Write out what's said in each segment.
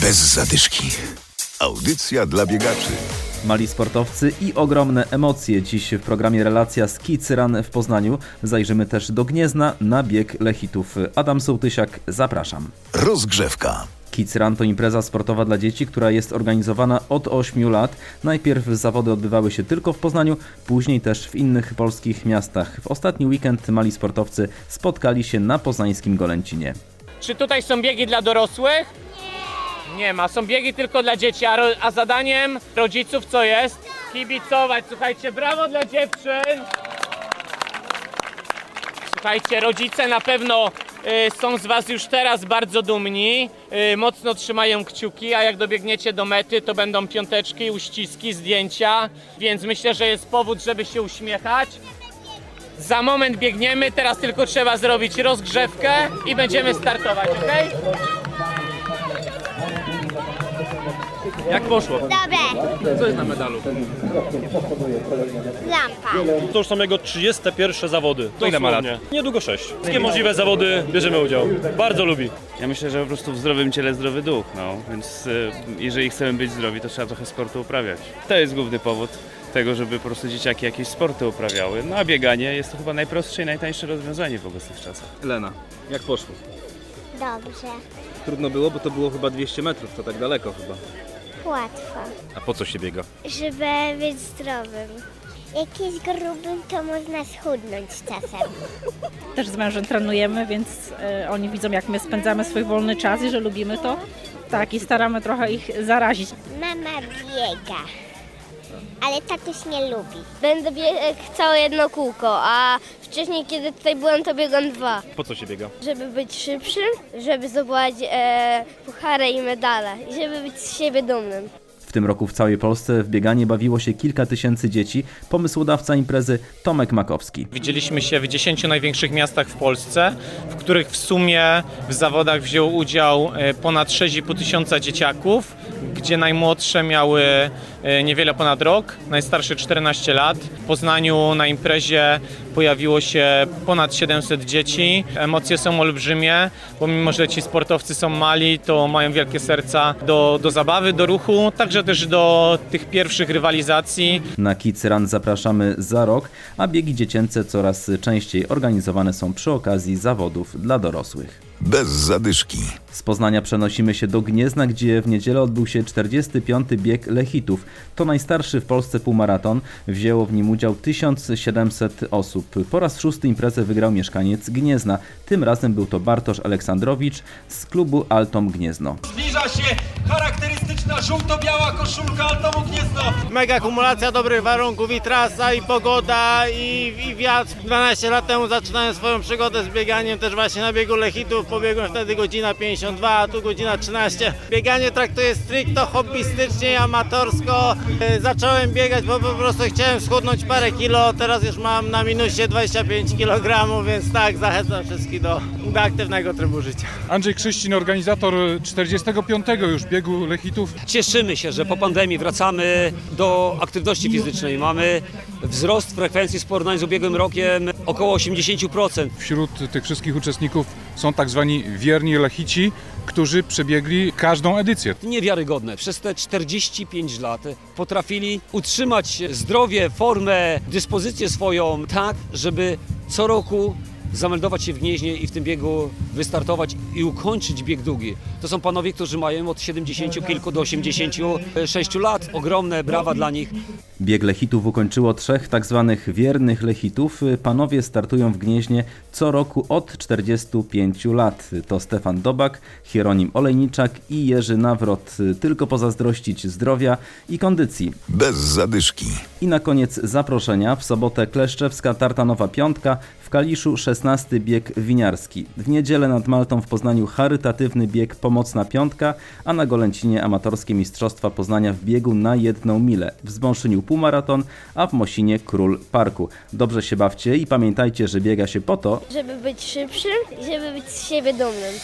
Bez zadyszki. Audycja dla biegaczy. Mali sportowcy i ogromne emocje. Dziś w programie relacja z Kids Run w Poznaniu. Zajrzymy też do Gniezna na bieg Lechitów. Adam Sołtysiak, zapraszam. Rozgrzewka. Kids Run to impreza sportowa dla dzieci, która jest organizowana od 8 lat. Najpierw zawody odbywały się tylko w Poznaniu, później też w innych polskich miastach. W ostatni weekend mali sportowcy spotkali się na poznańskim Golęcinie. Czy tutaj są biegi dla dorosłych? Nie ma, są biegi tylko dla dzieci, a zadaniem rodziców co jest? Kibicować. Słuchajcie, brawo dla dziewczyn! Słuchajcie, rodzice na pewno są z Was już teraz bardzo dumni, mocno trzymają kciuki, a jak dobiegniecie do mety, to będą piąteczki, uściski, zdjęcia, więc myślę, że jest powód, żeby się uśmiechać. Za moment biegniemy, teraz tylko trzeba zrobić rozgrzewkę i będziemy startować, ok? Jak poszło? Dobre. Co jest na medalu? Lampa. To już są jego 31 zawody. To ile ma lat? Niedługo 6. Wszystkie możliwe zawody bierzemy udział. Bardzo lubi. Ja myślę, że po prostu w zdrowym ciele zdrowy duch, więc jeżeli chcemy być zdrowi, to trzeba trochę sportu uprawiać. To jest główny powód tego, żeby po prostu dzieciaki jakieś sporty uprawiały. No a bieganie jest to chyba najprostsze i najtańsze rozwiązanie w obecnych czasach. Lena, jak poszło? Dobrze. Trudno było, bo to było chyba 200 metrów, to tak daleko chyba. Łatwo. A po co się biega? Żeby być zdrowym. Jak jest grubym, to można schudnąć czasem. Też z mężem trenujemy, więc oni widzą, jak my spędzamy swój wolny czas i że lubimy to. Tak, i staramy trochę ich zarazić. Mama biega, ale tatuś nie lubi. Będę biegł całe jedno kółko, a wcześniej, kiedy tutaj byłem, to biegłem 2. Po co się biega? Żeby być szybszym, żeby zdobywać puchary i medale i żeby być z siebie dumnym. W tym roku w całej Polsce w bieganie bawiło się kilka tysięcy dzieci. Pomysłodawca imprezy Tomek Makowski. Widzieliśmy się w 10 największych miastach w Polsce, w których w sumie w zawodach wzięło udział ponad 6,5 tysiąca dzieciaków, gdzie najmłodsze miały niewiele ponad rok, najstarsze 14 lat. W Poznaniu na imprezie pojawiło się ponad 700 dzieci. Emocje są olbrzymie, bo mimo że ci sportowcy są mali, to mają wielkie serca do zabawy, do ruchu, także też do tych pierwszych rywalizacji. Na Kids Run zapraszamy za rok, a biegi dziecięce coraz częściej organizowane są przy okazji zawodów dla dorosłych. Bez zadyszki. Z Poznania przenosimy się do Gniezna, gdzie w niedzielę odbył się 45. bieg Lechitów. To najstarszy w Polsce półmaraton. Wzięło w nim udział 1700 osób. Po raz 6 imprezę wygrał mieszkaniec Gniezna. Tym razem był to Bartosz Aleksandrowicz z klubu Altom Gniezno. Zbliża się charakterystyczna żółto-biała koszulka Altomu Gniezno. Mega kumulacja dobrych warunków i trasa, i pogoda, i wiatr. 12 lat temu zaczynałem swoją przygodę z bieganiem też właśnie na biegu Lechitów. Pobiegłem wtedy godzina 52, a tu godzina 13. Bieganie traktuję stricte hobbystycznie i amatorsko. Zacząłem biegać, bo po prostu chciałem schudnąć parę kilo. Teraz już mam na minusie 25 kg, więc tak, zachęcam wszystkich do aktywnego trybu życia. Andrzej Krzyścin, organizator 45. już biegu Lechitów. Cieszymy się, że po pandemii wracamy do aktywności fizycznej. Mamy wzrost frekwencji w porównaniu z ubiegłym rokiem około 80%. Wśród tych wszystkich uczestników są tak zwani wierni Lechici, którzy przebiegli każdą edycję. Niewiarygodne. Przez te 45 lat potrafili utrzymać zdrowie, formę, dyspozycję swoją tak, żeby co roku zameldować się w Gnieźnie i w tym biegu wystartować i ukończyć bieg długi. To są panowie, którzy mają od 70 kilku do 86 lat. Ogromne brawa dla nich. Bieg Lechitów ukończyło 3 tak zwanych wiernych Lechitów. Panowie startują w Gnieźnie co roku od 45 lat. To Stefan Dobak, Hieronim Olejniczak i Jerzy Nawrot. Tylko pozazdrościć zdrowia i kondycji. Bez zadyszki. I na koniec zaproszenia. W sobotę Kleszczewska Tartanowa Piątka, w Kaliszu 16 bieg winiarski. W niedzielę nad Maltą w Poznaniu charytatywny bieg Pomocna Piątka, a na Golęcinie amatorskie Mistrzostwa Poznania w biegu na 1 milę. W Zbąszyniu półmaraton, a w Mosinie Król Parku. Dobrze się bawcie i pamiętajcie, że biega się po to, Żeby być szybszym i żeby być z siebie dumnym.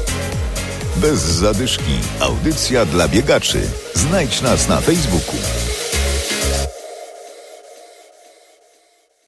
Bez zadyszki. Audycja dla biegaczy. Znajdź nas na Facebooku.